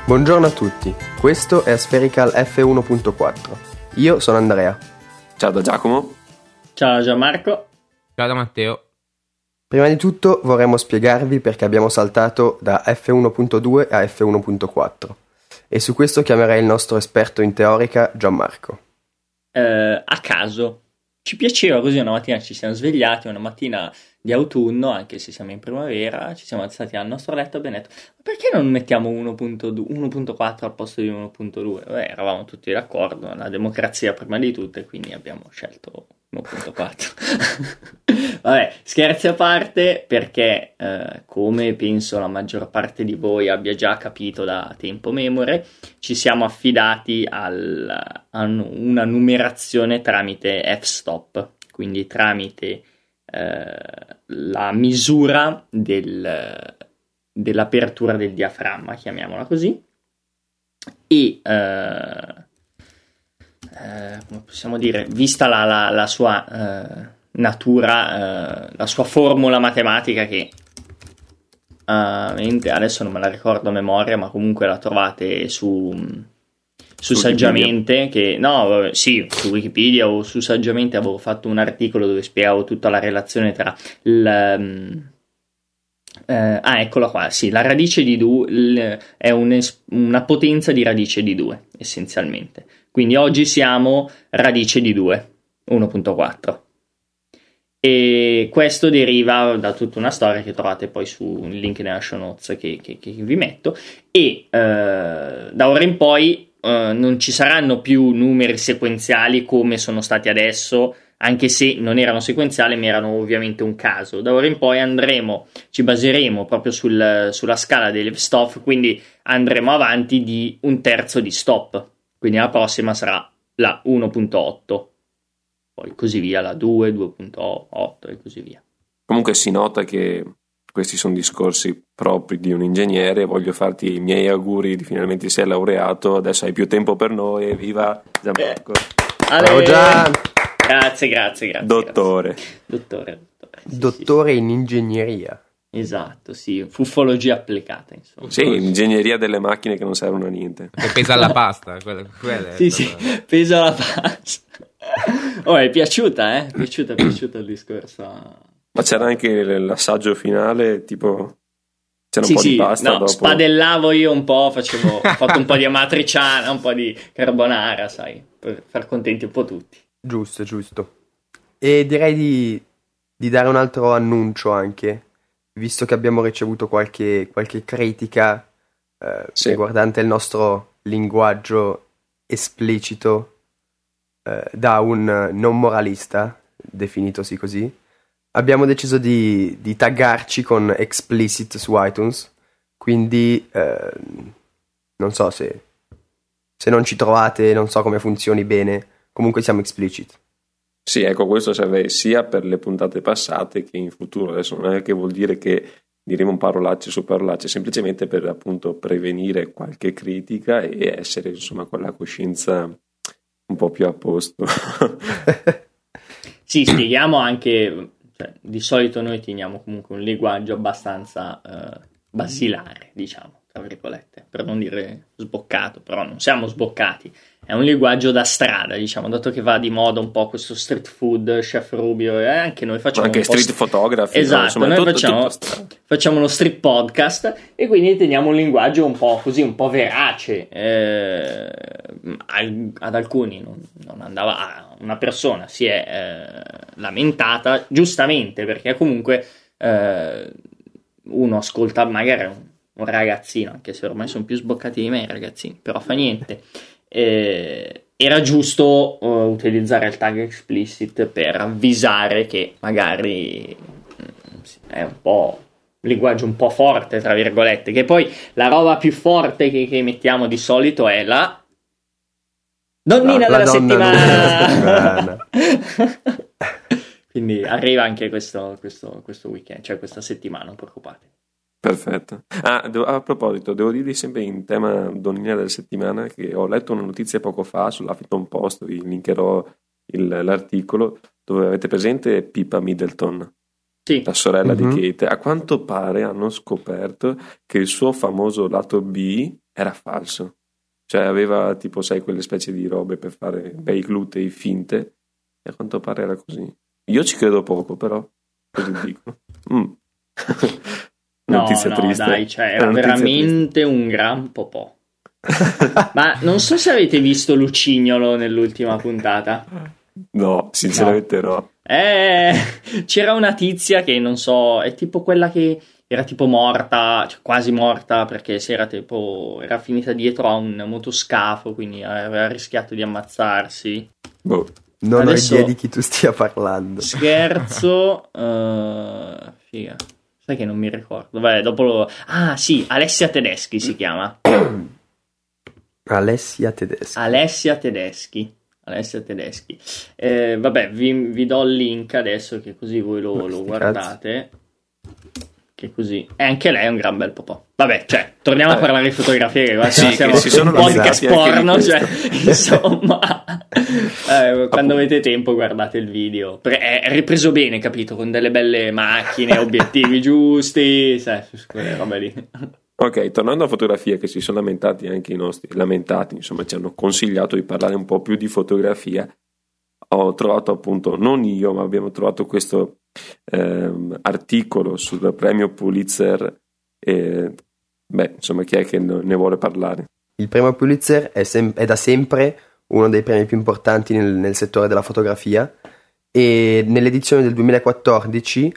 Buongiorno a tutti, questo è Spherical F1.4. Io sono Andrea. Ciao da Giacomo. Ciao da Gianmarco. Ciao da Matteo. Prima di tutto vorremmo spiegarvi perché abbiamo saltato da F1.2 a F1.4 e su questo chiamerei il nostro esperto in teorica Gianmarco. A caso. Ci piaceva così, una mattina ci siamo svegliati, una mattina di autunno, anche se siamo in primavera, ci siamo alzati al nostro letto e abbiamo detto: ma perché non mettiamo 1.4 al posto di 1.2? Eravamo tutti d'accordo, la democrazia prima di tutto, e quindi abbiamo scelto 1.4. Vabbè, scherzi a parte, perché come penso la maggior parte di voi abbia già capito da tempo memore, ci siamo affidati a una numerazione tramite f-stop, quindi tramite la misura dell'apertura del diaframma, chiamiamola così, e come possiamo dire, vista la sua natura, la sua formula matematica, che adesso non me la ricordo a memoria, ma comunque la trovate su Saggiamente, che no, sì, su Wikipedia o su Saggiamente avevo fatto un articolo dove spiegavo tutta la relazione tra eccola qua, sì, la radice di 2 è una potenza di radice di 2 essenzialmente, quindi oggi siamo radice di 2, 1.4, e questo deriva da tutta una storia che trovate poi sul link nella show notes che vi metto, e da ora in poi non ci saranno più numeri sequenziali come sono stati adesso, anche se non erano sequenziali ma erano ovviamente un caso. Da ora in poi ci baseremo proprio sulla scala delle stop, quindi andremo avanti di un terzo di stop, quindi la prossima sarà la 1.8, poi così via, la 2, 2.8 e così via. Comunque si nota che questi sono discorsi propri di un ingegnere. Voglio farti i miei auguri di finalmente sei laureato, adesso hai più tempo per noi, viva Gianmarco. Ciao Gian! Grazie. Dottore. Dottore in ingegneria. Esatto, sì, fuffologia applicata, insomma. Sì, ingegneria delle macchine che non servono a niente. Che pesa la pasta. Quella sì, pesa la pasta. Oh, è piaciuta, è piaciuta il discorso. Ma c'era anche l'assaggio finale, tipo c'era un po' di pasta, no, dopo spadellavo io un po', ho fatto un po' di amatriciana, un po' di carbonara, sai, per far contenti un po' tutti. Giusto. E direi di dare un altro annuncio anche, visto che abbiamo ricevuto qualche critica riguardante il nostro linguaggio esplicito da un non moralista, definitosi così. Abbiamo deciso di taggarci con explicit su iTunes, quindi non so se non ci trovate, non so come funzioni bene, comunque siamo explicit. Sì, ecco, questo serve sia per le puntate passate che in futuro. Adesso non è che vuol dire che diremo parolacce su parolacce, semplicemente per appunto prevenire qualche critica e essere insomma con la coscienza un po' più a posto. Sì, spieghiamo anche, cioè, di solito noi teniamo comunque un linguaggio abbastanza basilare, diciamo, tra virgolette, per non dire sboccato, però non siamo sboccati, è un linguaggio da strada, diciamo, dato che va di moda un po' questo street food, Chef Rubio, e anche noi facciamo anche street photography, esatto, no? noi facciamo uno street podcast e quindi teniamo un linguaggio un po' così, un po' verace, ad alcuni non andava, una persona si è lamentata giustamente, perché comunque uno ascolta magari un ragazzino, anche se ormai sono più sboccati di me i ragazzini, però fa niente, era giusto utilizzare il tag explicit per avvisare che magari è un po' un linguaggio un po' forte, tra virgolette, che poi la roba più forte che mettiamo di solito è la donnina della settimana. Quindi arriva anche questo weekend, cioè questa settimana, non preoccupate. Perfetto. A proposito, devo dirvi sempre in tema donnina della settimana che ho letto una notizia poco fa sull'Huffington Post, vi linkerò l'articolo, dove avete presente Pippa Middleton, sì, la sorella di Kate. A quanto pare hanno scoperto che il suo famoso lato B era falso. Cioè aveva tipo, sai, quelle specie di robe per fare bei glutei finte, e a quanto pare era così. Io ci credo poco, però così dico. Notizia triste. Dai, cioè era veramente un gran popò. Ma non so se avete visto Lucignolo nell'ultima puntata. No, sinceramente no. C'era una tizia che non so, è tipo quella che era tipo morta, cioè quasi morta, perché era finita dietro a un motoscafo, quindi aveva rischiato di ammazzarsi. Boh. Non ho idea di chi tu stia parlando. Scherzo. Figa. Sai che non mi ricordo. Vabbè, dopo Ah, sì, Alessia Tedeschi si chiama. Alessia Tedeschi. Vabbè, vi do il link adesso, che così voi lo guardate. Che così. E anche lei è un gran bel popò. Vabbè, cioè, torniamo a parlare di fotografie, che qua siamo un podcast porno, cioè, insomma. Quando avete tempo guardate il video. È ripreso bene, capito? Con delle belle macchine, obiettivi giusti, sai, quelle robe lì. Ok, tornando a fotografia, che si sono lamentati anche i nostri, insomma, ci hanno consigliato di parlare un po' più di fotografia. Ho trovato appunto, non io, ma abbiamo trovato questo articolo sul premio Pulitzer. Insomma, chi è che ne vuole parlare? Il premio Pulitzer è da sempre uno dei premi più importanti nel settore della fotografia, e nell'edizione del 2014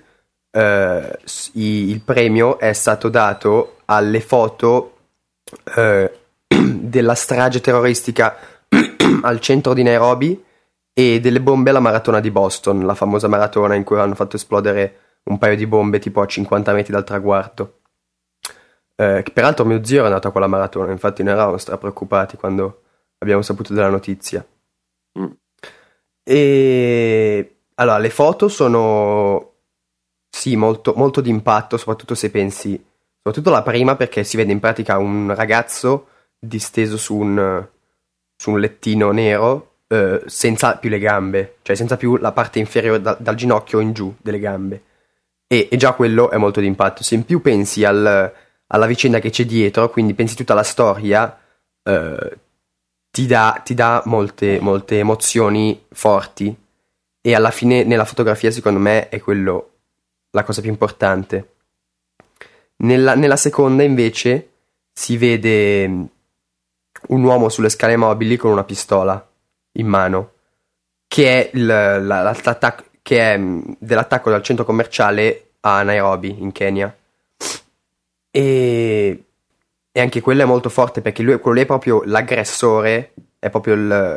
il premio è stato dato alle foto della strage terroristica al centro di Nairobi e delle bombe alla maratona di Boston, la famosa maratona in cui hanno fatto esplodere un paio di bombe tipo a 50 metri dal traguardo. Che peraltro mio zio era andato a quella maratona, infatti noi eravamo preoccupati quando abbiamo saputo della notizia. E allora, le foto sono sì molto, molto d'impatto, soprattutto se pensi, soprattutto la prima, perché si vede in pratica un ragazzo disteso su un lettino nero, senza più le gambe, cioè senza più la parte inferiore dal ginocchio in giù delle gambe, e già quello è molto d'impatto. Se in più pensi alla vicenda che c'è dietro, quindi pensi tutta la storia, ti dà molte emozioni forti, e alla fine nella fotografia secondo me è quello la cosa più importante. Nella seconda invece si vede un uomo sulle scale mobili con una pistola in mano, che è l'attacco, che è dell'attacco dal centro commerciale a Nairobi in Kenya, e anche quello è molto forte, perché quello lì è proprio l'aggressore, è proprio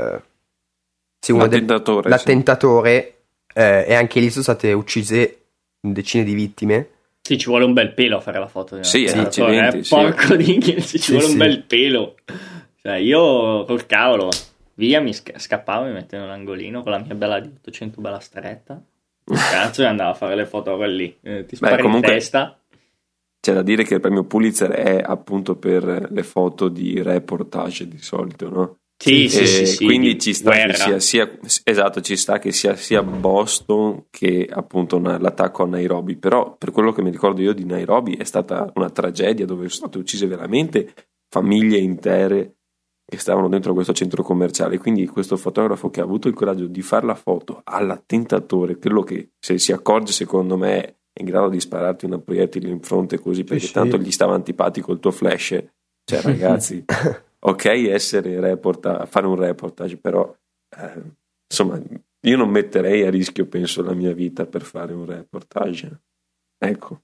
l'attentatore, e anche lì sono state uccise decine di vittime. Sì, ci vuole un bel pelo a fare la foto. Sì, porco di ci vuole un bel pelo. Cioè, io col cavolo via mi scappavo, mi mettevo in un angolino con la mia bella di 800 bella stretta. Cazzo, e andavo a fare le foto a quelli. Ti spari in testa. C'è da dire che il premio Pulitzer è appunto per le foto di reportage di solito, no? Sì. Quindi ci sta che ci sta che sia Boston che appunto l'attacco a Nairobi. Però per quello che mi ricordo io di Nairobi è stata una tragedia, dove sono state uccise veramente famiglie intere che stavano dentro questo centro commerciale. Quindi questo fotografo che ha avuto il coraggio di fare la foto all'attentatore, quello che, se si accorge, secondo me è in grado di spararti una proiettile in fronte così, perché tanto gli stava antipatico il tuo flash. Cioè, ragazzi, ok essere fare un reportage, però insomma io non metterei a rischio, penso, la mia vita per fare un reportage. Ecco.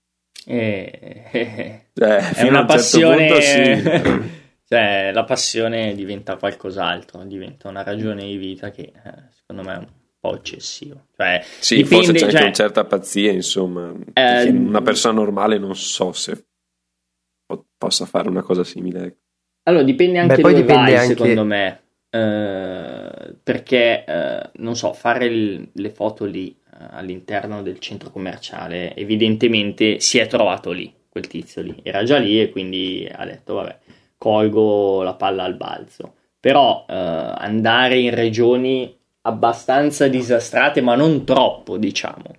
È una passione, certo punto, sì. Cioè, la passione diventa qualcos'altro, diventa una ragione di vita che secondo me è un po' eccessivo. Cioè, sì, dipende, forse c'è anche una certa pazzia, insomma. Una persona normale non so se possa fare una cosa simile. Allora, dipende anche dove vai, secondo me. Perché, non so, fare le foto lì all'interno del centro commerciale, evidentemente si è trovato lì, quel tizio lì. Era già lì e quindi ha detto, vabbè, colgo la palla al balzo. Però andare in regioni abbastanza disastrate, ma non troppo, diciamo,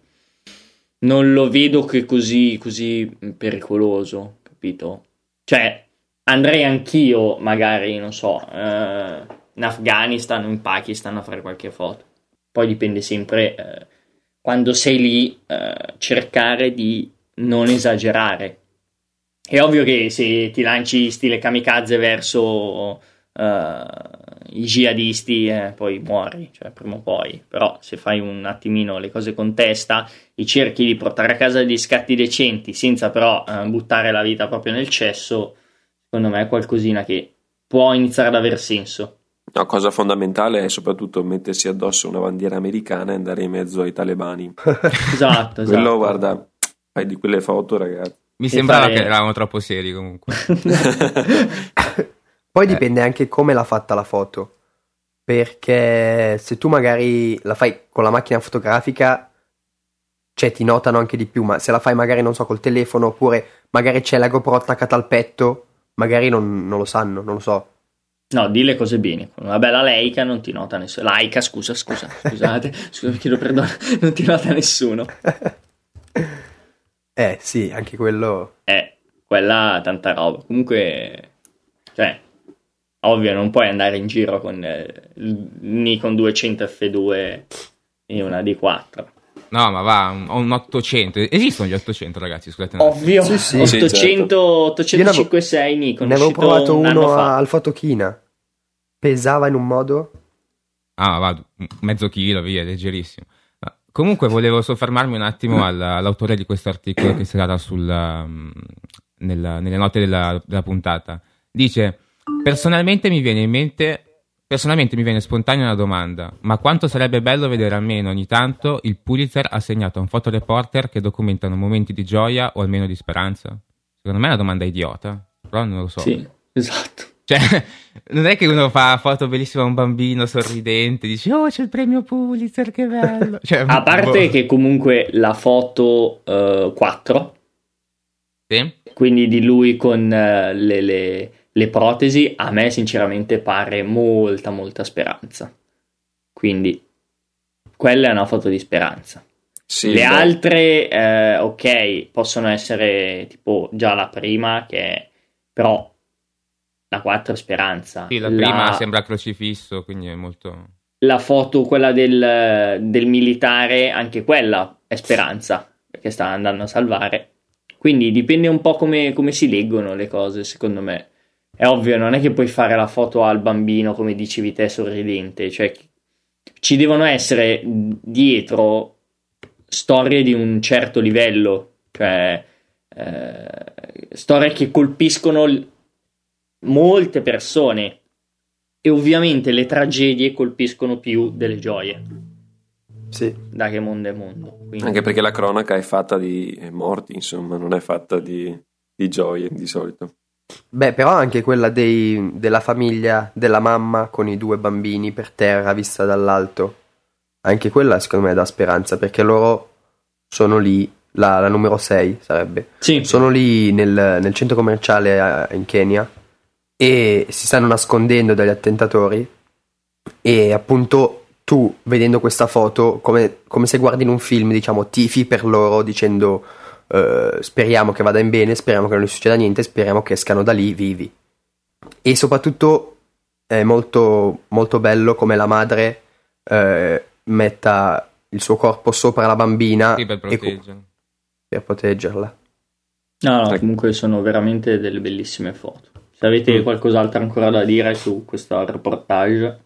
non lo vedo che così pericoloso, capito? Cioè, andrei anch'io, magari, non so, in Afghanistan o in Pakistan a fare qualche foto. Poi dipende sempre, quando sei lì, cercare di non esagerare. È ovvio che se ti lanci stile kamikaze verso i jihadisti, poi muori, cioè prima o poi. Però se fai un attimino le cose con testa e cerchi di portare a casa degli scatti decenti senza però buttare la vita proprio nel cesso, secondo me è qualcosina che può iniziare ad aver senso. La cosa fondamentale è soprattutto mettersi addosso una bandiera americana e andare in mezzo ai talebani. Esatto. Quello, guarda, fai di quelle foto, ragazzi. Mi sembrava che eravamo troppo seri comunque. Poi dipende anche come l'ha fatta la foto, perché se tu magari la fai con la macchina fotografica, cioè ti notano anche di più, ma se la fai magari, non so, col telefono, oppure magari c'è la GoPro attaccata al petto, magari non lo sanno, non lo so. No, di le cose bene. Con una bella Leica non ti nota nessuno. Leica, scusate, chiedo perdono, non ti nota nessuno. Sì, anche quello. Quella tanta roba. Comunque, cioè, ovvio, non puoi andare in giro con Nikon 200 F2 e una D4. No, ma va, ho un 800. Esistono gli 800, ragazzi, scusate. Ovvio, sì. 856 Nikon. Ne avevo provato uno al Fotochina. Pesava in un modo. Ah, va, mezzo chilo, via, leggerissimo. Comunque volevo soffermarmi un attimo all'autore di questo articolo che sarà nelle note della puntata. Dice: personalmente mi viene spontanea una domanda, ma quanto sarebbe bello vedere almeno ogni tanto il Pulitzer assegnato a un fotoreporter che documentano momenti di gioia o almeno di speranza? Secondo me è una domanda idiota, però non lo so. Sì, esatto. Cioè, non è che uno fa foto bellissima a un bambino sorridente, dice "Oh, c'è il premio Pulitzer, che bello". Cioè, a parte che comunque la foto 4, sì? Quindi di lui con le protesi, a me sinceramente pare molta speranza. Quindi quella è una foto di speranza. Sì, le altre, ok, possono essere tipo già la prima, però la 4 è speranza. Sì, la prima sembra crocifisso, quindi è molto... La foto, quella del militare, anche quella è speranza, perché sta andando a salvare. Quindi dipende un po' come si leggono le cose, secondo me. È ovvio, non è che puoi fare la foto al bambino, come dicevi te, sorridente. Cioè, ci devono essere dietro storie di un certo livello. Cioè, storie che colpiscono molte persone. E ovviamente le tragedie colpiscono più delle gioie. Sì. Da che mondo è mondo. Quindi... Anche perché la cronaca è fatta di morti, insomma, non è fatta di gioie di solito. Beh, però anche quella della famiglia, della mamma con i 2 bambini per terra vista dall'alto, anche quella secondo me dà speranza, perché loro sono lì, la numero 6 sarebbe, sì. Sono lì nel centro commerciale in Kenya e si stanno nascondendo dagli attentatori, e appunto tu vedendo questa foto come se guardi in un film, diciamo, tifi per loro dicendo speriamo che vada in bene, speriamo che non gli succeda niente, speriamo che escano da lì vivi. E soprattutto è molto, molto bello come la madre metta il suo corpo sopra la bambina, sì, per proteggerla. No, comunque sono veramente delle bellissime foto. Se avete qualcos'altro ancora da dire su questo reportage?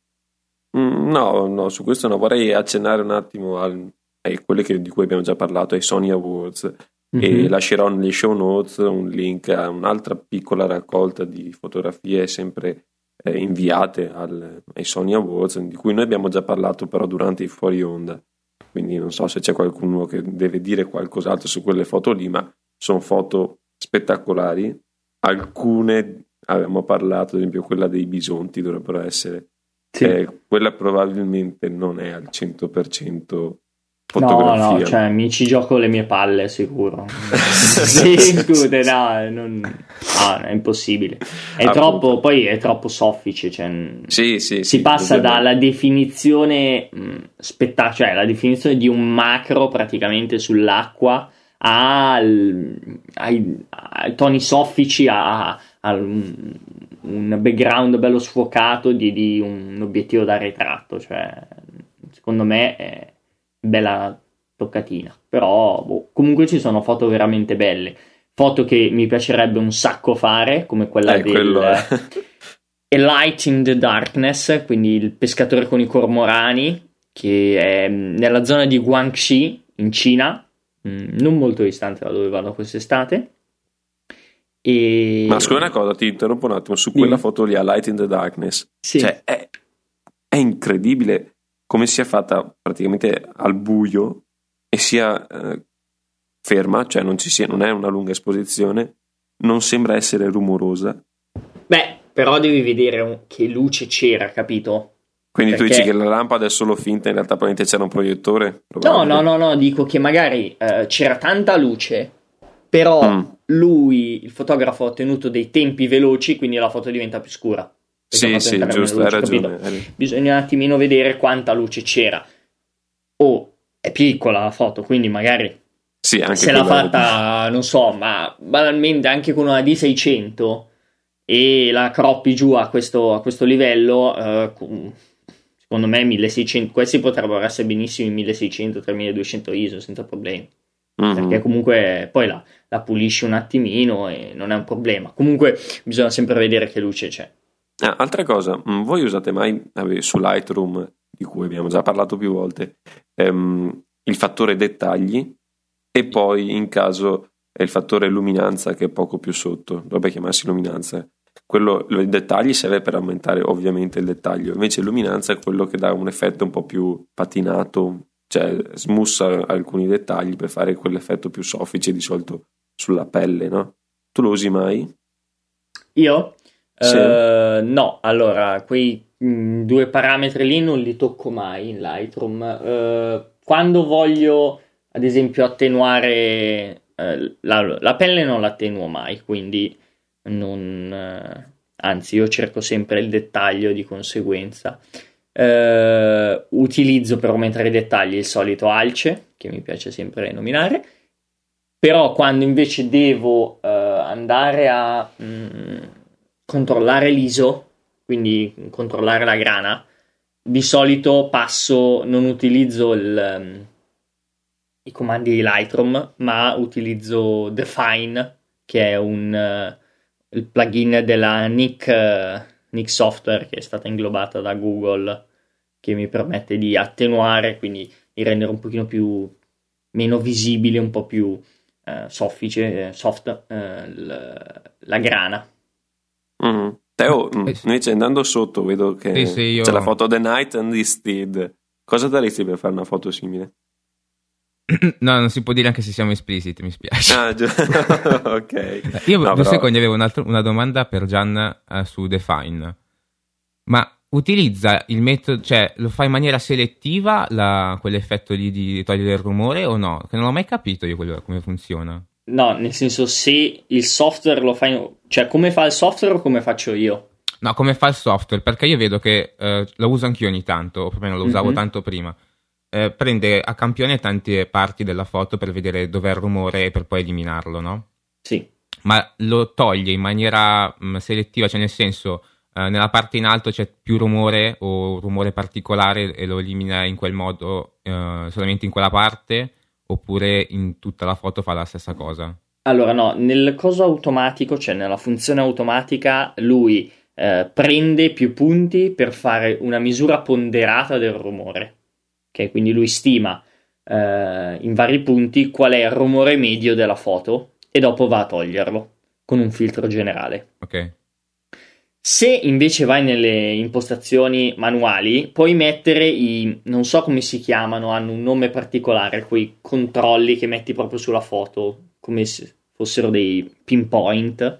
No, su questo no, vorrei accennare un attimo a quelle di cui abbiamo già parlato, ai Sony Awards, e lascerò nelle show notes un link a un'altra piccola raccolta di fotografie sempre inviate ai Sony Awards, di cui noi abbiamo già parlato però durante i fuori onda, quindi non so se c'è qualcuno che deve dire qualcos'altro su quelle foto lì, ma sono foto spettacolari. Alcune abbiamo parlato, ad esempio quella dei bisonti dovrebbero essere, sì. Quella probabilmente non è al 100% fotografia. No, cioè mi ci gioco le mie palle sicuro. Sì, scusa, no, è impossibile. È troppo, poi è troppo soffice, cioè, si passa dalla definizione cioè la definizione di un macro praticamente sull'acqua ai toni soffici, a un background bello sfocato di un obiettivo da ritratto, cioè secondo me è bella toccatina, però comunque ci sono foto veramente belle, foto che mi piacerebbe un sacco fare, come quella A Light in the Darkness, quindi il pescatore con i cormorani, che è nella zona di Guangxi in Cina, non molto distante da dove vado quest'estate. Ma scusa una cosa, ti interrompo un attimo, su quella foto lì, A Light in the Darkness, cioè è incredibile come sia fatta praticamente al buio e sia ferma, cioè non è una lunga esposizione, non sembra essere rumorosa. Beh, però devi vedere che luce c'era, capito? Quindi tu dici che la lampada è solo finta, in realtà probabilmente c'era un proiettore? No, dico che magari c'era tanta luce, però lui, il fotografo, ha ottenuto dei tempi veloci, quindi la foto diventa più scura. Sì, giusto, hai ragione. Bisogna un attimino vedere quanta luce c'era. È piccola la foto, quindi magari anche se l'ha fatta, non so, ma banalmente anche con una D600 e la croppi giù a questo livello, secondo me 1600, questi potrebbero essere benissimo in 1600, 3200 ISO senza problemi, perché comunque poi la pulisci un attimino e non è un problema. Comunque bisogna sempre vedere che luce c'è. Altra cosa, voi usate mai su Lightroom, di cui abbiamo già parlato più volte, il fattore dettagli e poi in caso è il fattore luminanza che è poco più sotto, dovrebbe chiamarsi luminanza. Quello, i dettagli serve per aumentare ovviamente il dettaglio, invece luminanza è quello che dà un effetto un po' più patinato, cioè smussa alcuni dettagli per fare quell'effetto più soffice di solito sulla pelle, no? Tu lo usi mai? Io? Sì. No, allora quei 2 parametri lì non li tocco mai in Lightroom. Quando voglio ad esempio attenuare la pelle non l'attenuo mai, quindi anzi io cerco sempre il dettaglio di conseguenza. Utilizzo per aumentare i dettagli il solito alce, che mi piace sempre nominare, però quando invece devo andare a controllare l'ISO, quindi controllare la grana, di solito non utilizzo i comandi di Lightroom, ma utilizzo Define, che è il plugin della Nik Software, che è stata inglobata da Google, che mi permette di attenuare, quindi di rendere un pochino meno visibile, un po' più soffice, soft, la grana. Teo, invece andando sotto vedo che c'è la foto The Night and the Steed. Cosa daresti per fare una foto simile? No, non si può dire anche se siamo espliciti, mi spiace. Ok. Io 2 secondi avevo una domanda per Gian su Define. Ma utilizza il metodo, cioè lo fa in maniera selettiva quell'effetto lì di togliere il rumore o no? Che non l'ho mai capito io come funziona. No, nel senso, se il software lo fa, cioè come fa il software o come faccio io? No, come fa il software, perché io vedo che lo uso anch'io ogni tanto, o almeno lo usavo tanto prima. Prende a campione tante parti della foto per vedere dov'è il rumore e per poi eliminarlo, no? Sì. Ma lo toglie in maniera selettiva, cioè nel senso nella parte in alto c'è più rumore o rumore particolare e lo elimina in quel modo solamente in quella parte, oppure in tutta la foto fa la stessa cosa? Allora no, nel coso automatico, cioè nella funzione automatica, lui prende più punti per fare una misura ponderata del rumore. Ok, quindi lui stima in vari punti qual è il rumore medio della foto e dopo va a toglierlo con un filtro generale. Ok. Se invece vai nelle impostazioni manuali, puoi mettere non so come si chiamano, hanno un nome particolare, quei controlli che metti proprio sulla foto, come se fossero dei pinpoint.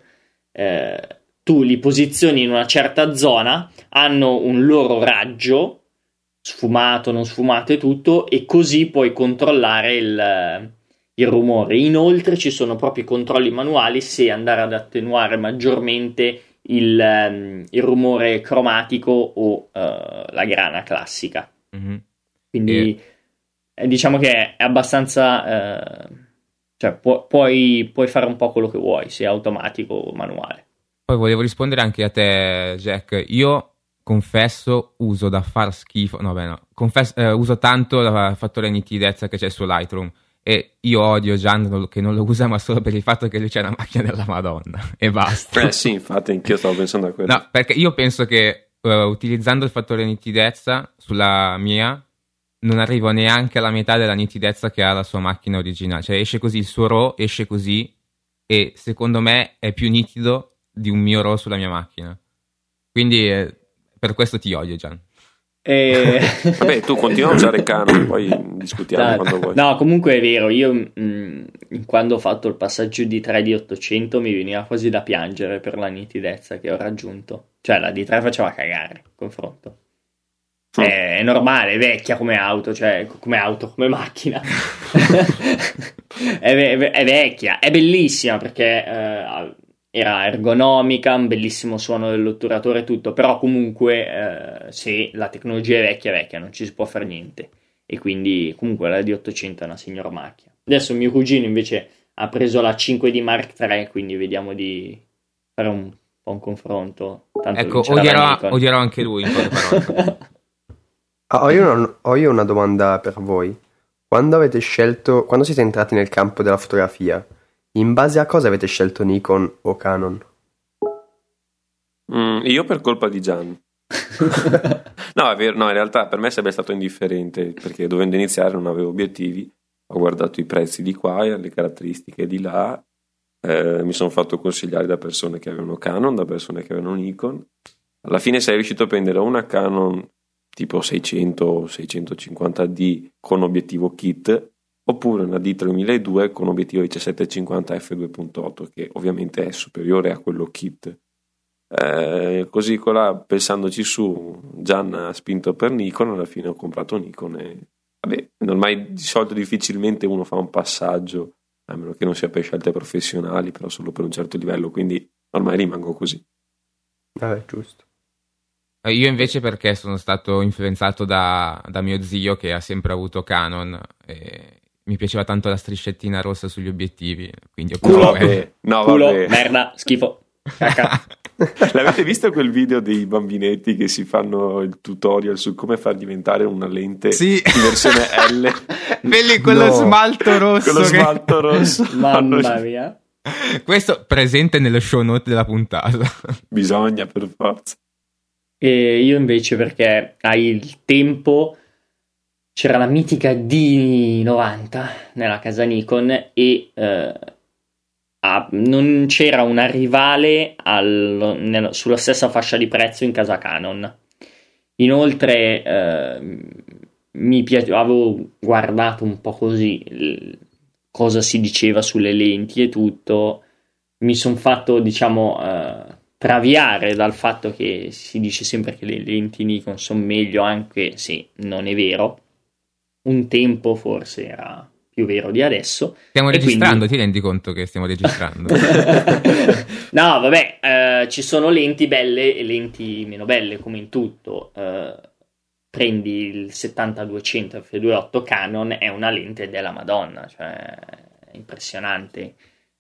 Tu li posizioni in una certa zona, hanno un loro raggio, sfumato, non sfumato e tutto, e così puoi controllare il rumore. Inoltre ci sono proprio i controlli manuali se andare ad attenuare maggiormente il rumore cromatico o la grana classica. Quindi diciamo che è abbastanza cioè puoi fare un po' quello che vuoi, sia automatico o manuale. poi volevo rispondere anche a te, Jack. Io confesso uso da far schifo, uso tanto il fattore nitidezza che c'è su Lightroom, e io odio Gian che non lo usa, ma solo per il fatto che lui c'è una macchina della Madonna e basta. Sì, infatti anch'io stavo pensando a quello. No, perché io penso che utilizzando il fattore nitidezza sulla mia non arrivo neanche alla metà della nitidezza che ha la sua macchina originale, cioè esce così, il suo RAW esce così, e secondo me è più nitido di un mio RAW sulla mia macchina, quindi per questo ti odio, Gian. Vabbè, tu continua a usare Canon, poi discutiamo quando vuoi. No, comunque è vero, io quando ho fatto il passaggio di 3 di 800 mi veniva quasi da piangere per la nitidezza che ho raggiunto, cioè la D3 faceva cagare il confronto. È normale, è vecchia come auto, cioè come macchina. è vecchia, è bellissima perché era ergonomica, un bellissimo suono dell'otturatore e tutto, però comunque se la tecnologia è vecchia, non ci si può fare niente, e quindi comunque la D800 è una signor macchina. Adesso mio cugino invece ha preso la 5D Mark III, quindi vediamo di fare un po' un confronto. Tanto ecco, odierò anche lui in poche parole. Ho io una domanda per voi. Quando siete entrati nel campo della fotografia, in base a cosa avete scelto Nikon o Canon? Io per colpa di Gian. No, è vero, no, in realtà per me sarebbe stato indifferente, perché dovendo iniziare non avevo obiettivi, ho guardato i prezzi di qua e le caratteristiche di là, mi sono fatto consigliare da persone che avevano Canon, da persone che avevano Nikon. Alla fine sei riuscito a prendere una Canon tipo 600-650D con obiettivo kit, oppure una D3002 con obiettivo 1750 f2.8, che ovviamente è superiore a quello kit. Così pensandoci su, Gian ha spinto per Nikon, alla fine ho comprato Nikon e vabbè, ormai di solito difficilmente uno fa un passaggio, a meno che non sia per scelte professionali, però solo per un certo livello, quindi ormai rimango così. Vabbè, giusto. Io invece perché sono stato influenzato da mio zio, che ha sempre avuto Canon, e mi piaceva tanto la striscettina rossa sugli obiettivi, quindi ho culo, vabbè. Merda, schifo, cacca. L'avete visto quel video dei bambinetti che si fanno il tutorial su come far diventare una lente in versione L? Vedi quello smalto rosso? Quello smalto rosso. Mamma mia. Questo presente nelle show note della puntata. Bisogna, per forza. E io invece perché hai il tempo, c'era la mitica D90 nella casa Nikon e non c'era una rivale sulla stessa fascia di prezzo in casa Canon. Inoltre avevo guardato un po' così cosa si diceva sulle lenti e tutto, mi sono fatto traviare dal fatto che si dice sempre che le lenti Nikon sono meglio, anche se non è vero. Un tempo forse era più vero di adesso. Stiamo registrando, ti rendi conto che stiamo registrando? No, vabbè, ci sono lenti belle e lenti meno belle, come in tutto. Prendi il 70-200 f2.8 Canon, è una lente della Madonna, cioè è impressionante.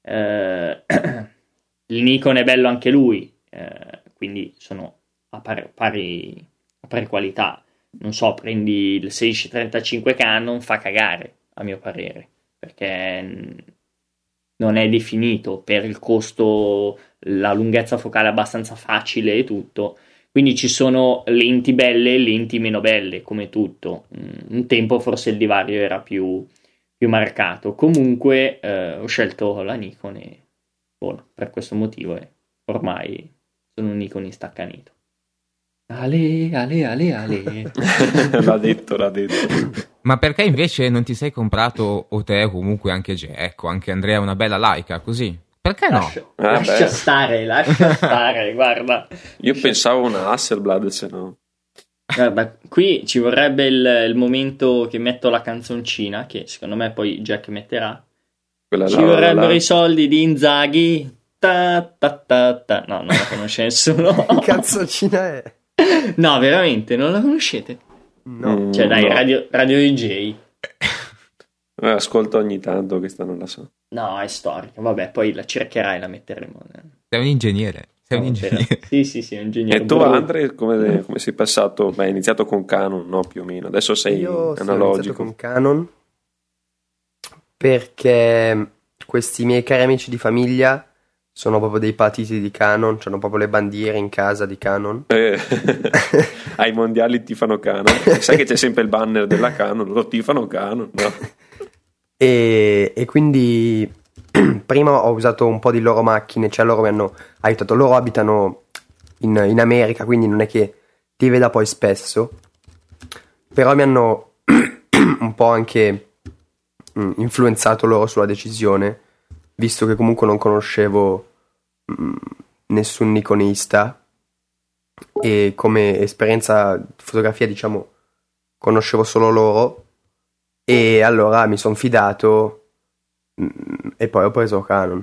Il Nikon è bello anche lui, quindi sono a pari qualità. Non so, prendi il 16-35 Canon, fa cagare a mio parere, perché non è definito per il costo, la lunghezza focale è abbastanza facile e tutto, quindi ci sono lenti belle e lenti meno belle, come tutto. Un tempo forse il divario era più marcato. Comunque ho scelto la Nikon e per questo motivo ormai sono un Nikonista accanito. Ale. l'ha detto. Ma perché invece non ti sei comprato, o te comunque anche Jack, anche Andrea, una bella Leica così? Perché no? Lascia stare, guarda. Io pensavo una Hasselblad, se no. Guarda, qui ci vorrebbe il momento che metto la canzoncina, che secondo me poi Jack metterà. Ci vorrebbero i soldi di Inzaghi. Ta. No, non la conosce nessuno. Che canzoncina è? No, veramente, non la conoscete? No. Cioè, dai, no. Radio DJ. Ascolto ogni tanto, questa non la so. No, è storica. Vabbè, poi la cercherai e la metteremo. Sei un ingegnere. Sei un ingegnere. Sì, un ingegnere. E tu, Andre, come sei passato? Beh, hai iniziato con Canon, no, più o meno. Adesso sei Io analogico. ho iniziato con Canon perché questi miei cari amici di famiglia sono proprio dei patiti di Canon, hanno proprio le bandiere in casa di Canon. Ai mondiali tifano Canon. Sai che c'è sempre il banner della Canon, loro tifano Canon, no? E quindi prima ho usato un po' di loro macchine, cioè loro mi hanno aiutato. Loro abitano in America, quindi non è che ti veda poi spesso, però mi hanno un po' anche influenzato loro sulla decisione, visto che comunque non conoscevo nessun nikonista e come esperienza di fotografia, diciamo, conoscevo solo loro, e allora mi sono fidato e poi ho preso Canon.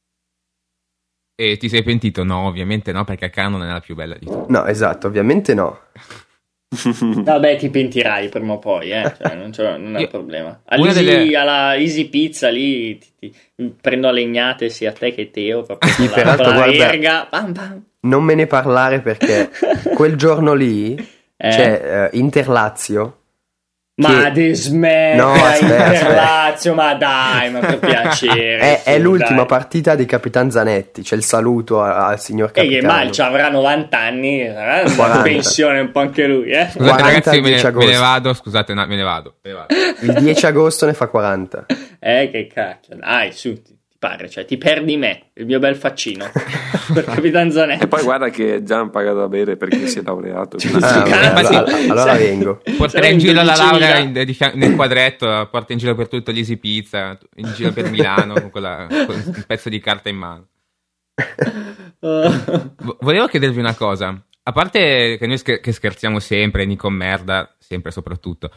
E ti sei pentito? No, ovviamente no, perché Canon è la più bella di tutte. No, esatto, ovviamente no. Vabbè, ti pentirai prima o poi, cioè, non è un problema. Alla Easy Pizza lì ti prendo a legnate sia a te che Teo, proprio Sì, con peraltro, la guarda, erga, bam, bam. non me ne parlare perché quel giorno lì c'è Interlazio. Ma dismetta, No, aspetta. Interlazio, ma dai, ma per piacere. È l'ultima dai. partita di Capitan Zanetti, c'è il saluto al signor capitano. E che mal avrà 90 anni, sarà in 40. pensione un po' anche lui, Scusate 40 ragazzi, il 10 me ne agosto. vado, scusate, no, me ne vado. Il 10 agosto ne fa 40. Che cacchio, dai, su, ti pare, cioè, ti perdi me, il mio bel faccino, per Capitan Zanetti. E poi guarda che già hanno pagato da bere perché si è laureato. Allora vengo. Porterei in giro la 12.000. laurea nel quadretto, porta in giro per tutto l'Easy Pizza, in giro per Milano con un pezzo di carta in mano. Volevo chiedervi una cosa, a parte che noi che scherziamo sempre, Nikon merda, sempre soprattutto,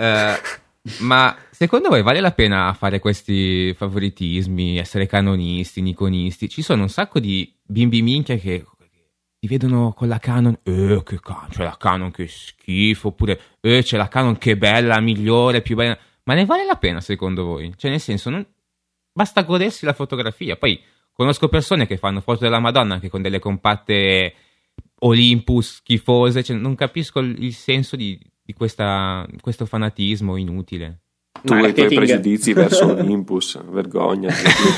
ma secondo voi vale la pena fare questi favoritismi, essere canonisti, nikonisti? Ci sono un sacco di bimbi minchia che ti vedono con la Canon, che c'è la Canon che schifo, oppure c'è la Canon che bella, migliore, più bella. Ma ne vale la pena secondo voi? Cioè nel senso, basta godersi la fotografia. Poi conosco persone che fanno foto della Madonna anche con delle compatte Olympus schifose, cioè, non capisco il senso di questo fanatismo inutile. Tu e i tuoi pregiudizi verso Olympus, vergogna.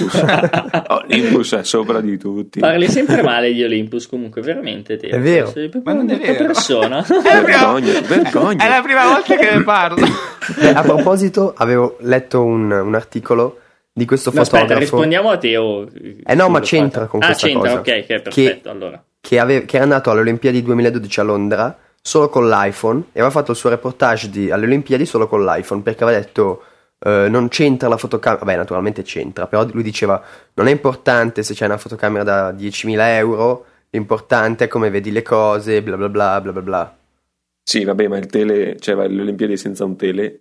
Olympus è sopra di tutti. Parli sempre male di Olympus, comunque, veramente. Te. È vero. Sei Ma non è vero. persona. Vergogna. È la prima volta che ne parlo. A proposito, avevo letto un articolo di questo fotografo. Aspetta, rispondiamo a Teo. No, ma c'entra con questa cosa. Ok, perfetto, allora. Che era andato alle Olimpiadi 2012 a Londra solo con l'iPhone e aveva fatto il suo reportage alle Olimpiadi solo con l'iPhone, perché aveva detto non c'entra la fotocamera. Vabbè, naturalmente c'entra, però lui diceva non è importante se c'è una fotocamera da 10.000 euro, l'importante è come vedi le cose, bla bla bla bla bla bla. Sì, vabbè, ma il tele, cioè vai alle Olimpiadi senza un tele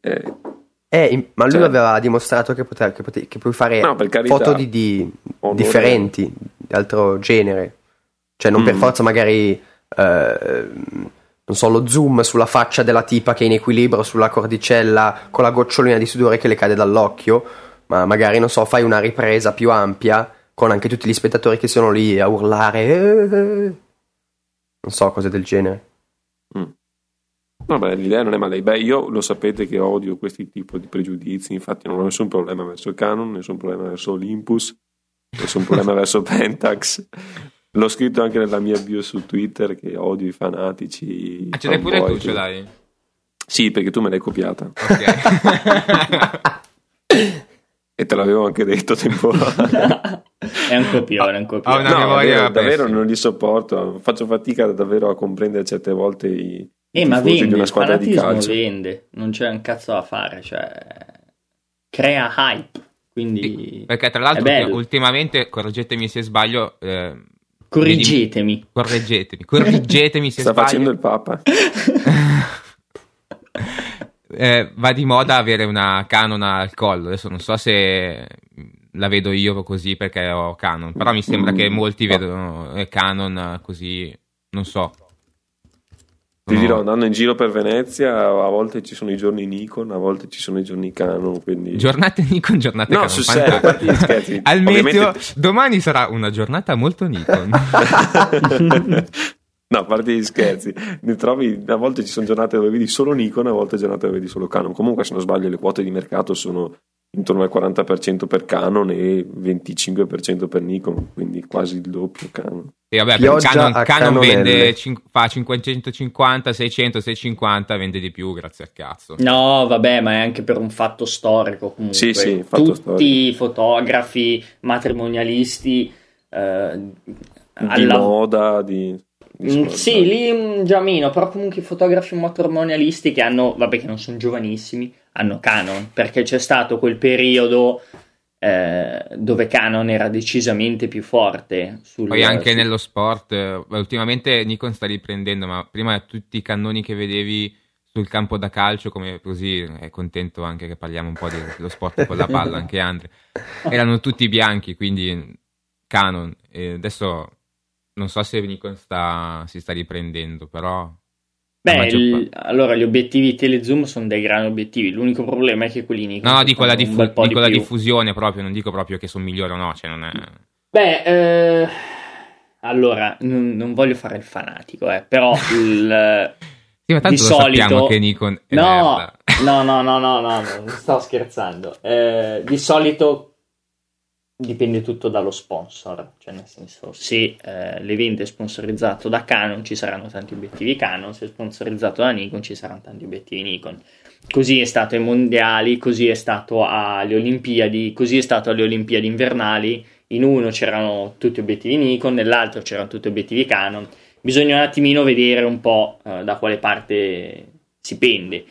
ma lui aveva dimostrato che puoi fare foto di differenti, di altro genere, cioè non per forza magari non so, lo zoom sulla faccia della tipa che è in equilibrio sulla cordicella con la gocciolina di sudore che le cade dall'occhio, ma magari, non so, fai una ripresa più ampia con anche tutti gli spettatori che sono lì a urlare, non so, cose del genere. Vabbè, l'idea non è male. Beh, io lo sapete che odio questi tipi di pregiudizi, infatti non ho nessun problema verso Canon, nessun problema verso Olympus, nessun problema verso Pentax. L'ho scritto anche nella mia bio su Twitter che odio i fanatici. Ce l'hai pure tu, ce l'hai? Sì, perché tu me l'hai copiata. Ok. E te l'avevo anche detto tempo fa. È un copione, Ho una memoria davvero non li sopporto. Faccio fatica davvero a comprendere certe volte i ma tifosi vende, di una squadra di il calcio. vende, non c'è un cazzo da fare, cioè crea hype, quindi Sì, perché tra l'altro ultimamente, correggetemi se sbaglio, correggetemi se sta sbaglio, facendo il Papa. va di moda avere una Canon al collo. Adesso non so se la vedo io così perché ho Canon, però mi sembra che molti vedono Canon così, non so. Ti dirò, andando in giro per Venezia, a volte ci sono i giorni Nikon, a volte ci sono i giorni Canon, quindi... Giornate Nikon, giornate no, Canon. Su serio, a parte gli scherzi. Al Ovviamente... meteo, domani sarà una giornata molto Nikon. No, a parte gli scherzi, ne trovi, a volte ci sono giornate dove vedi solo Nikon, a volte giornate dove vedi solo Canon. Comunque, se non sbaglio, le quote di mercato sono intorno al 40% per Canon e 25% per Nikon, quindi quasi il doppio Canon. E vabbè, Canon vende, fa 550, 600, 650, vende di più, grazie al cazzo. No, vabbè, ma è anche per un fatto storico comunque. Sì, tutti i fotografi matrimonialisti di moda, sì, lì già meno, però comunque i fotografi matrimonialisti che hanno, vabbè, che non sono giovanissimi, hanno Canon, perché c'è stato quel periodo dove Canon era decisamente più forte. Poi anche nello sport, ultimamente Nikon sta riprendendo, ma prima tutti i cannoni che vedevi sul campo da calcio, come così, è contento anche che parliamo un po' dello sport con la palla, anche Andre, erano tutti bianchi, quindi Canon, e adesso non so se Nikon si sta riprendendo, però... allora gli obiettivi telezoom sono dei grandi obiettivi, l'unico problema è che quelli Nikon... No, dico la diffusione proprio, non dico proprio che sono migliori o no, cioè non è... allora, non voglio fare il fanatico, però sì, ma tanto di lo solito... sappiamo che Nikon è no, non sto scherzando. Di solito dipende tutto dallo sponsor, cioè nel senso, se l'evento è sponsorizzato da Canon ci saranno tanti obiettivi Canon, se è sponsorizzato da Nikon ci saranno tanti obiettivi Nikon. Così è stato ai mondiali, così è stato alle Olimpiadi, così è stato alle Olimpiadi invernali. In uno c'erano tutti obiettivi Nikon, nell'altro c'erano tutti obiettivi Canon. Bisogna un attimino vedere un po' da quale parte si pende.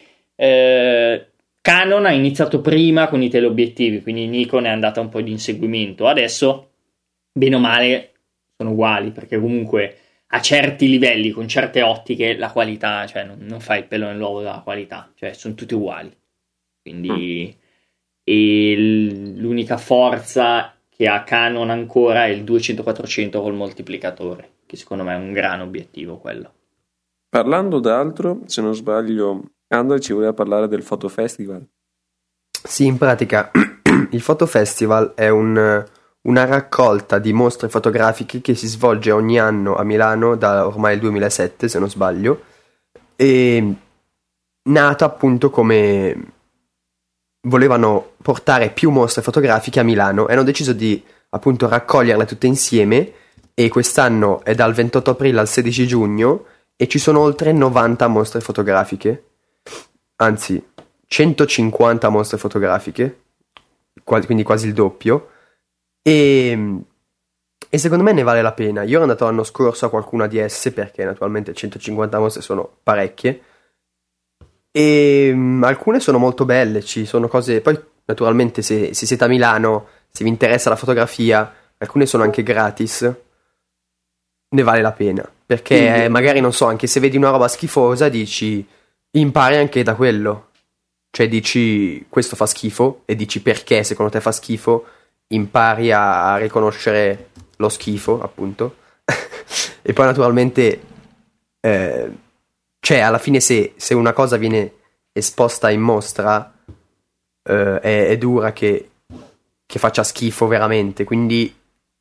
Canon ha iniziato prima con i teleobiettivi, quindi Nikon è andata un po' di inseguimento. Adesso, bene o male, sono uguali, perché comunque a certi livelli, con certe ottiche, la qualità, cioè non fai il pelo nell'uovo della qualità, cioè sono tutti uguali. Quindi e l'unica forza che ha Canon ancora è il 200-400 col moltiplicatore, che secondo me è un gran obiettivo quello. Parlando d'altro, se non sbaglio, Andre ci voleva parlare del Photo Festival. Sì, in pratica il Photo Festival è una raccolta di mostre fotografiche che si svolge ogni anno a Milano da ormai il 2007, se non sbaglio, e nata appunto come volevano portare più mostre fotografiche a Milano e hanno deciso di appunto raccoglierle tutte insieme, e quest'anno è dal 28 aprile al 16 giugno e ci sono oltre 90 mostre fotografiche, anzi 150 mostre fotografiche, quindi quasi il doppio, e secondo me ne vale la pena. Io ero andato l'anno scorso a qualcuna di esse, perché naturalmente 150 mostre sono parecchie, e alcune sono molto belle, ci sono cose, poi naturalmente se siete a Milano, se vi interessa la fotografia, alcune sono anche gratis, ne vale la pena, perché magari non so, anche se vedi una roba schifosa dici, impari anche da quello, cioè dici questo fa schifo e dici perché secondo te fa schifo, impari a riconoscere lo schifo appunto e poi naturalmente cioè alla fine se una cosa viene esposta in mostra è dura che faccia schifo veramente, quindi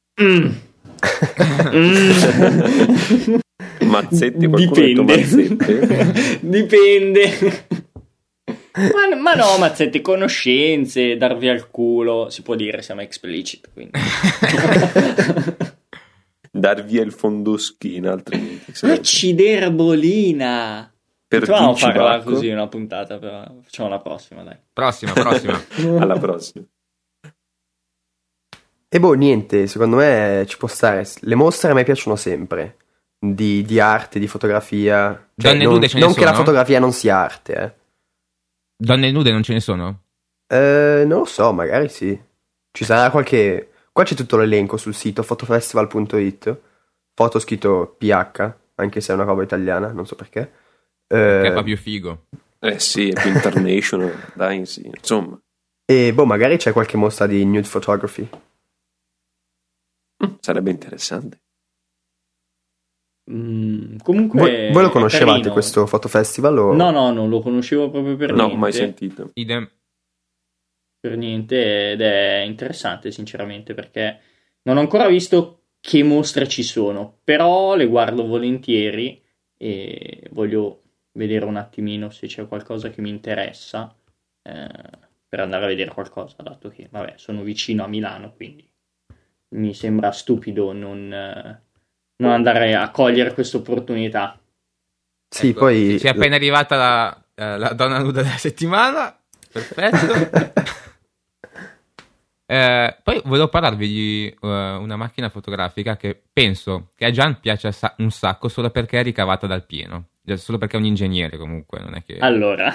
Mazzetti, qualcuno dipende. ha detto Mazzetti? Dipende. Ma no, Mazzetti, conoscenze, darvi al culo, si può dire, siamo explicit, quindi. Darvi il fondoschina, altrimenti. Acciderbolina. Per Potevamo Vinci farla Bacco. così una puntata, però facciamo la prossima, dai. Prossima. Alla prossima. e niente, secondo me ci può stare. Le mostre a me piacciono sempre, di arte, di fotografia, cioè, Donne nude ce ne non che sono? la fotografia non sia arte, Donne nude non ce ne sono? non lo so, magari sì, ci sarà qualche. Qua c'è tutto l'elenco sul sito fotofestival.it, foto scritto PH, anche se è una roba italiana, non so perché. Che fa più figo. Sì, è più international, dai, sì. Insomma, E magari c'è qualche mostra di nude photography. sarebbe interessante. Comunque voi lo conoscevate carino. questo fotofestival? O... No, non lo conoscevo proprio per niente. No, mai sentito. Idem. Per niente, ed è interessante sinceramente, perché non ho ancora visto che mostre ci sono, però le guardo volentieri e voglio vedere un attimino se c'è qualcosa che mi interessa, per andare a vedere qualcosa, dato che vabbè, sono vicino a Milano, quindi mi sembra stupido non andare a cogliere questa opportunità. Sì, Ecco, poi... ci è appena arrivata la donna nuda della settimana. Perfetto. Poi volevo parlarvi di una macchina fotografica che penso che a Gian piace un sacco solo perché è ricavata dal pieno, solo perché è un ingegnere comunque, non è che... Allora,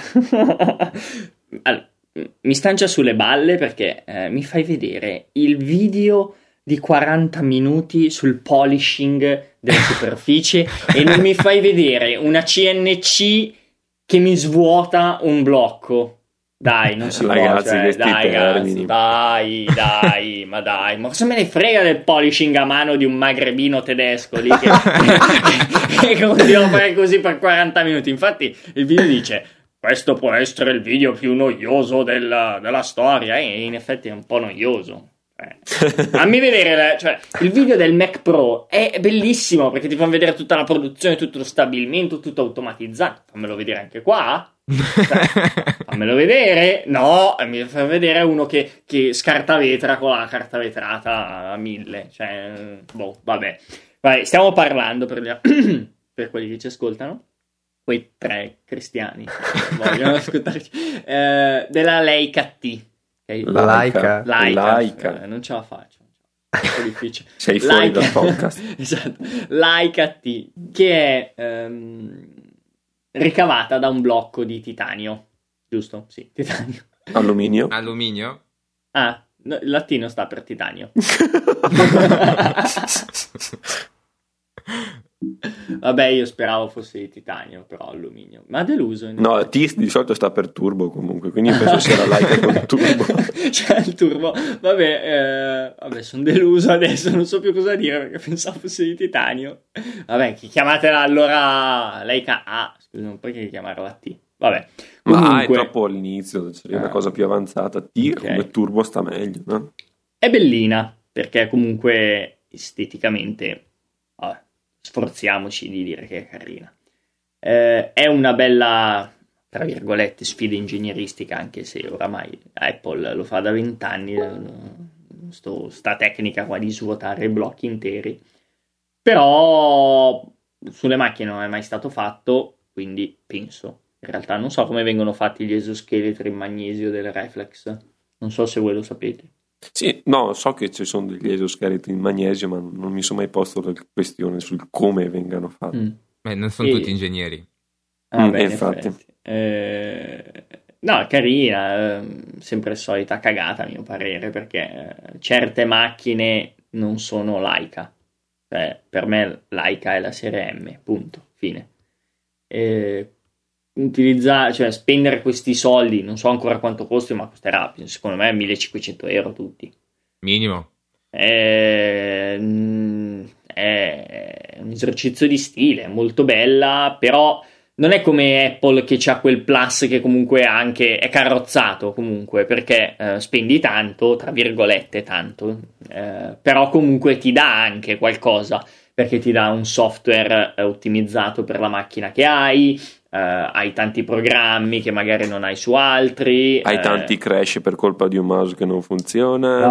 mi stancia sulle balle perché mi fai vedere il video di 40 minuti sul polishing delle superfici e non mi fai vedere una CNC che mi svuota un blocco. Dai, non si Ragazzi, può, dai, termini. ma ma cosa me ne frega del polishing a mano di un magrebino tedesco lì che continua a fare così per 40 minuti. Infatti il video dice: questo può essere il video più noioso della storia, e in effetti è un po' noioso. Fammi vedere, cioè, il video del Mac Pro è bellissimo perché ti fanno vedere tutta la produzione, tutto lo stabilimento, tutto automatizzato. Fammelo vedere anche qua. Fammelo vedere. No, mi fa vedere uno che scarta vetra con la carta vetrata a 1000. Cioè, vabbè. Vai, stiamo parlando per quelli che ci ascoltano, quei 3 cristiani vogliono ascoltarci, della Leica T. Okay? Leica. Non ce la faccio. È un po' difficile. Sei fuori dal podcast. Esatto. Leica T, che è ricavata da un blocco di titanio, giusto? Sì, titanio. Alluminio. Ah, no, il latino sta per titanio. Vabbè, io speravo fosse di titanio, però alluminio. Ma ha deluso. No, T di solito sta per turbo comunque, quindi penso sia la Leica con turbo. C'è il turbo. Vabbè, sono deluso adesso, non so più cosa dire perché pensavo fosse di titanio. Vabbè, chiamatela allora Leica A, scusa, non puoi chiamarla T. Vabbè. Comunque, ma è troppo all'inizio, c'è una cosa più avanzata. T come turbo sta meglio, no? È bellina, perché comunque esteticamente... sforziamoci di dire che è carina. È una bella, tra virgolette, sfida ingegneristica, anche se oramai Apple lo fa da 20 anni, sta tecnica qua di svuotare i blocchi interi. Però sulle macchine non è mai stato fatto, quindi penso. In realtà non so come vengono fatti gli esoscheletri in magnesio del reflex. Non so se voi lo sapete. Sì, no, so che ci sono degli esoscheletri in magnesio, ma non mi sono mai posto la questione sul come vengano fatti. Non sono tutti ingegneri. Beh, infatti. No, carina, sempre la solita cagata a mio parere, perché certe macchine non sono Leica. Cioè, per me Leica è la serie M, punto, fine. Cioè spendere questi soldi, non so ancora quanto costi, ma costerà secondo me 1.500 euro tutti minimo. È un esercizio di stile, molto bella, però non è come Apple che c'ha quel plus che comunque anche è carrozzato comunque, perché spendi tanto, tra virgolette tanto, però comunque ti dà anche qualcosa, perché ti dà un software ottimizzato per la macchina che hai tanti programmi che magari non hai su altri, hai tanti crash per colpa di un mouse che non funziona.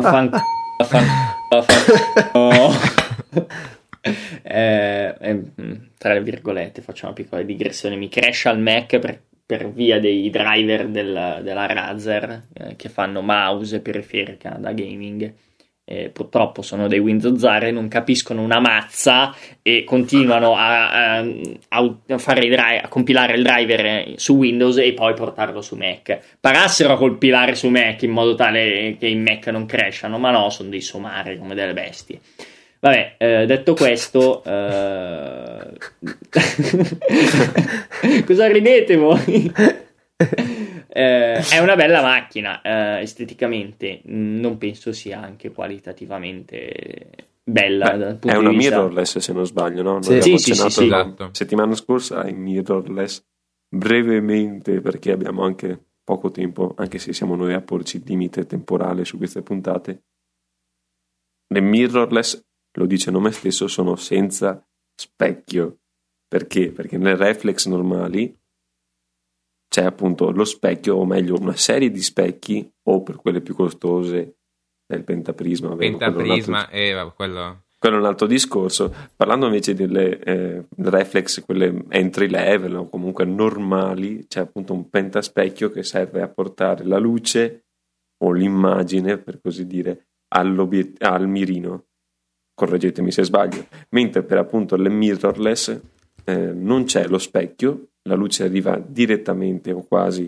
Tra virgolette faccio una piccola digressione, mi crasha il Mac per via dei driver della Razer che fanno mouse e periferica da gaming. Purtroppo sono dei Windows Zare, non capiscono una mazza e continuano a fare a compilare il driver su Windows e poi portarlo su Mac. Parassero a compilare su Mac in modo tale che i Mac non crashano, ma no, sono dei somari come delle bestie. Vabbè, detto questo, cosa ridete voi? È una bella macchina, esteticamente non penso sia anche qualitativamente bella dal punto è di una vista. mirrorless, se non sbaglio, no? Sì. Abbiamo Sì, accennato sì, esatto. settimana scorsa ai mirrorless brevemente, perché abbiamo anche poco tempo, anche se siamo noi a porci il limite temporale su queste puntate. Le mirrorless, lo dice il nome stesso, sono senza specchio. Perché? Perché nelle reflex normali c'è appunto lo specchio, o meglio una serie di specchi, o per quelle più costose è il pentaprisma. Pentaprisma, quello... Quello è un altro discorso. Parlando invece delle reflex, quelle entry level o comunque normali, c'è appunto un pentaspecchio che serve a portare la luce o l'immagine, per così dire, al mirino. Correggetemi se sbaglio. Mentre per appunto le mirrorless non c'è lo specchio, la luce arriva direttamente o quasi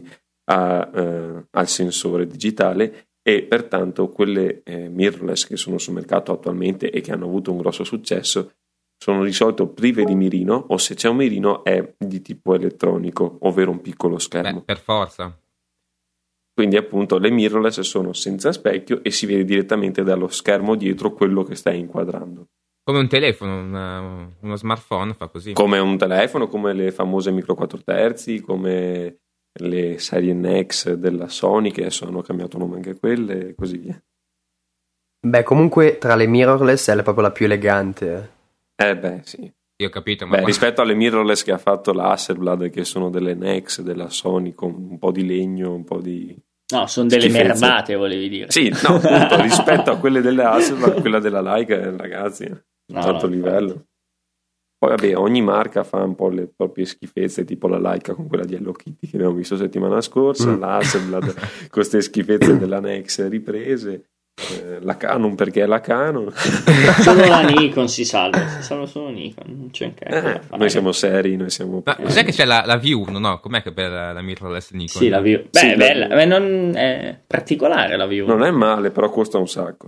al sensore digitale, e pertanto quelle mirrorless che sono sul mercato attualmente e che hanno avuto un grosso successo sono di solito prive di mirino, o se c'è un mirino è di tipo elettronico, ovvero un piccolo schermo. per forza. Quindi appunto le mirrorless sono senza specchio e si vede direttamente dallo schermo dietro quello che stai inquadrando. Come un telefono, uno smartphone fa così. Come un telefono, come le famose micro 4 terzi, come le serie NX della Sony, che adesso hanno cambiato nome anche quelle, e così via. Beh, comunque tra le mirrorless è proprio la più elegante. Sì. Io ho capito, ma Rispetto alle mirrorless che ha fatto la Hasselblad, che sono delle NX della Sony con un po' di legno, un po' di... No, sono delle schifezze. merbate, volevi dire. Sì, no, appunto, rispetto a quelle delle Hasselblad, quella della Leica, ragazzi, No, tanto no, livello. Poi vabbè, ogni marca fa un po' le proprie schifezze, tipo la Leica con quella di Hello Kitty che abbiamo visto settimana scorsa, la Hasselblad con queste schifezze della NX riprese, la Canon perché è la Canon. Solo la Nikon si salva solo Nikon, non c'è anche da fare. Noi siamo seri, noi siamo... Ma cos'è che c'è la V1, no? Com'è che per la mirrorless Nikon? Sì, la V1. Beh, Sì, è bella, ma non è particolare la V1. Non è male, però costa un sacco.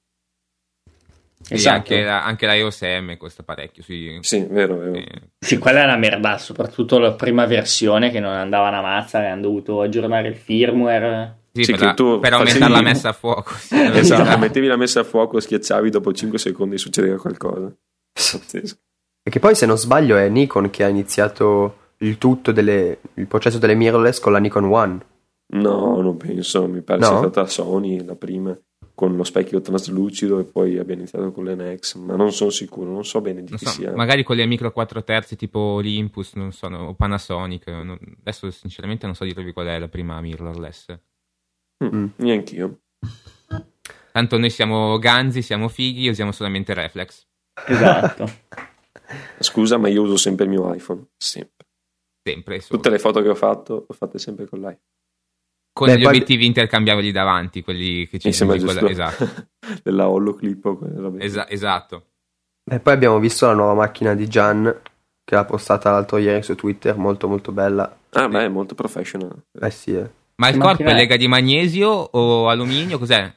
Sì, Esatto. anche la EOS M costa parecchio. Sì, vero. Sì, quella è una merda, soprattutto la prima versione che non andava una mazza, e hanno dovuto aggiornare il firmware. Sì, che tu per aumentare la messa a fuoco. Sì, esatto, mettevi la messa a fuoco, schiacciavi, dopo 5 secondi succedeva qualcosa. Pazzesco. Perché poi, se non sbaglio, è Nikon che ha iniziato il processo delle mirrorless con la Nikon One. No, non penso, mi pare No? sia stata Sony la prima, con lo specchio traslucido, e poi abbia iniziato con le NX, ma non sono sicuro, non so bene di chi sia. Magari con le micro 4 terzi tipo Olympus, non so, o Panasonic. Adesso sinceramente non so dirvi qual è la prima mirrorless. Neanch'io. Tanto noi siamo ganzi, siamo fighi, usiamo solamente reflex. Esatto. Scusa, ma io uso sempre il mio iPhone, sempre. Tutte le foto che ho fatto, le ho fatte sempre con l'iPhone. Con gli obiettivi intercambiabili davanti, quelli che ci sono esatto. Della Holoclip o quelle robe. Esatto. E poi abbiamo visto la nuova macchina di Gian, che l'ha postata l'altro ieri su Twitter, molto molto bella. Beh, è molto professional. Sì. Ma il corpo è lega di magnesio o alluminio? Cos'è?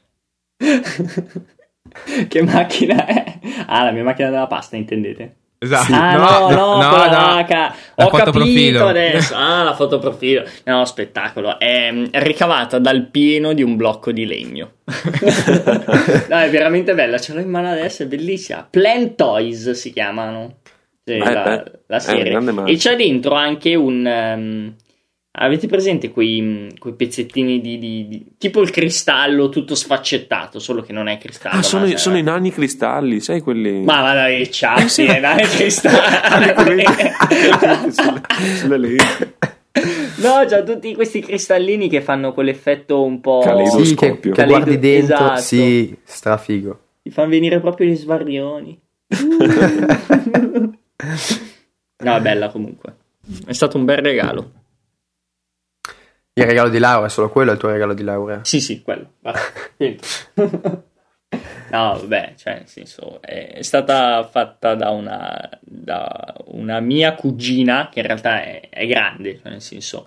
Che macchina è? La mia macchina della pasta, intendete? Esatto. No, la fotoprofilo. Capito adesso. La fotoprofilo. No, spettacolo. È ricavata dal pieno di un blocco di legno. No, è veramente bella. Ce l'ho in mano adesso, è bellissima. Plant Toys si chiamano. La serie. E c'è dentro anche un... avete presente quei pezzettini di tipo il cristallo tutto sfaccettato, solo che non è cristallo. Sono i nani cristalli, sai quelli? Ma vada i ciassi, i nani cristalli. Sulle lenti. No, c'ha tutti questi cristallini che fanno quell'effetto un po'... Caleidoscopio. Che guardi dentro, esatto. sì, strafigo. Ti fanno venire proprio gli sbarrioni. No, è bella comunque. È stato un bel regalo. Il regalo di laurea, solo quello è il tuo regalo di laurea? Sì, quello. No, vabbè, cioè, nel senso, è stata fatta da una mia cugina, che in realtà è grande, cioè, nel senso,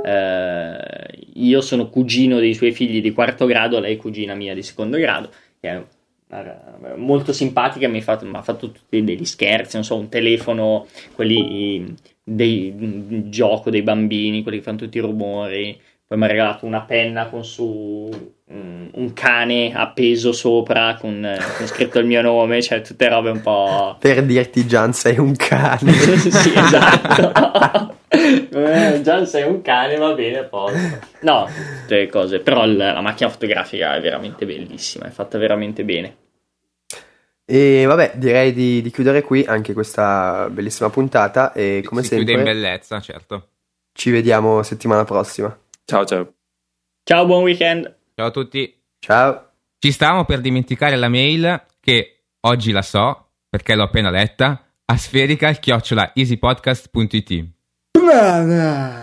io sono cugino dei suoi figli di quarto grado, lei è cugina mia di secondo grado, che è molto simpatica, mi ha fatto tutti degli scherzi, non so, un telefono, quelli dei gioco dei bambini, quelli che fanno tutti i rumori, poi mi ha regalato una penna con su un cane appeso sopra con scritto il mio nome, cioè tutte robe un po'... Per dirti Gian sei un cane. Sì, esatto. Gian sei un cane, va bene, poi. No, tutte le cose, però la macchina fotografica è veramente bellissima, è fatta veramente bene. E vabbè, direi di chiudere qui anche questa bellissima puntata e come si sempre chiude in bellezza, certo. ci vediamo settimana prossima. Ciao ciao. Ciao, buon weekend. Ciao a tutti. Ciao. Ci stavamo per dimenticare la mail, che oggi la so perché l'ho appena letta, asferica@easypodcast.it.